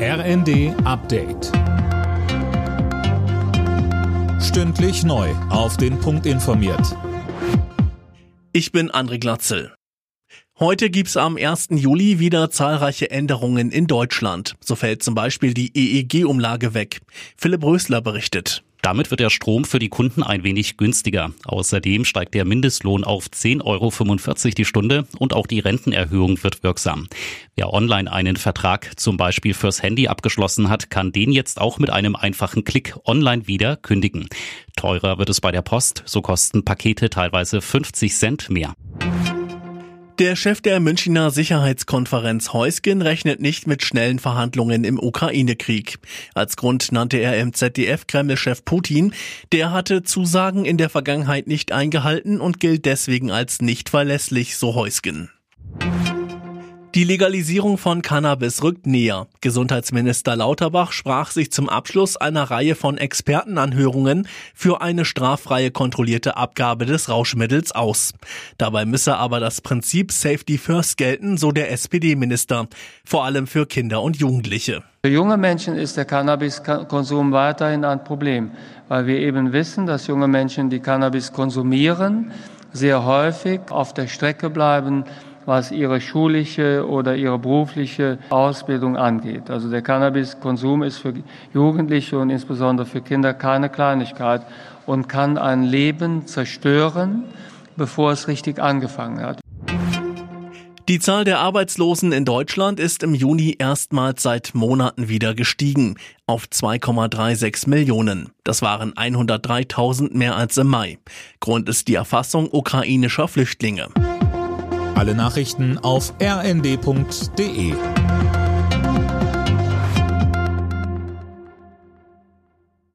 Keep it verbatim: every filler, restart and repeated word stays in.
R N D Update. Stündlich neu auf den Punkt informiert. Ich bin André Glatzel. Heute gibt's am ersten Juli wieder zahlreiche Änderungen in Deutschland. So fällt zum Beispiel die E E G-Umlage weg. Philipp Rösler berichtet. Damit wird der Strom für die Kunden ein wenig günstiger. Außerdem steigt der Mindestlohn auf zehn Euro fünfundvierzig die Stunde und auch die Rentenerhöhung wird wirksam. Wer online einen Vertrag zum Beispiel fürs Handy abgeschlossen hat, kann den jetzt auch mit einem einfachen Klick online wieder kündigen. Teurer wird es bei der Post, so kosten Pakete teilweise fünfzig Cent mehr. Der Chef der Münchner Sicherheitskonferenz Heusgen rechnet nicht mit schnellen Verhandlungen im Ukraine-Krieg. Als Grund nannte er im Z D F Kreml-Chef Putin. Der hatte Zusagen in der Vergangenheit nicht eingehalten und gilt deswegen als nicht verlässlich, so Heusgen. Die Legalisierung von Cannabis rückt näher. Gesundheitsminister Lauterbach sprach sich zum Abschluss einer Reihe von Expertenanhörungen für eine straffreie kontrollierte Abgabe des Rauschmittels aus. Dabei müsse aber das Prinzip Safety First gelten, so der S P D-Minister, vor allem für Kinder und Jugendliche. Für junge Menschen ist der Cannabiskonsum weiterhin ein Problem, weil wir eben wissen, dass junge Menschen, die Cannabis konsumieren, sehr häufig auf der Strecke bleiben, was ihre schulische oder ihre berufliche Ausbildung angeht. Also der Cannabiskonsum ist für Jugendliche und insbesondere für Kinder keine Kleinigkeit und kann ein Leben zerstören, bevor es richtig angefangen hat. Die Zahl der Arbeitslosen in Deutschland ist im Juni erstmals seit Monaten wieder gestiegen auf zwei Komma sechsunddreißig Millionen. Das waren hundertdreitausend mehr als im Mai. Grund ist die Erfassung ukrainischer Flüchtlinge. Alle Nachrichten auf r n d punkt d e.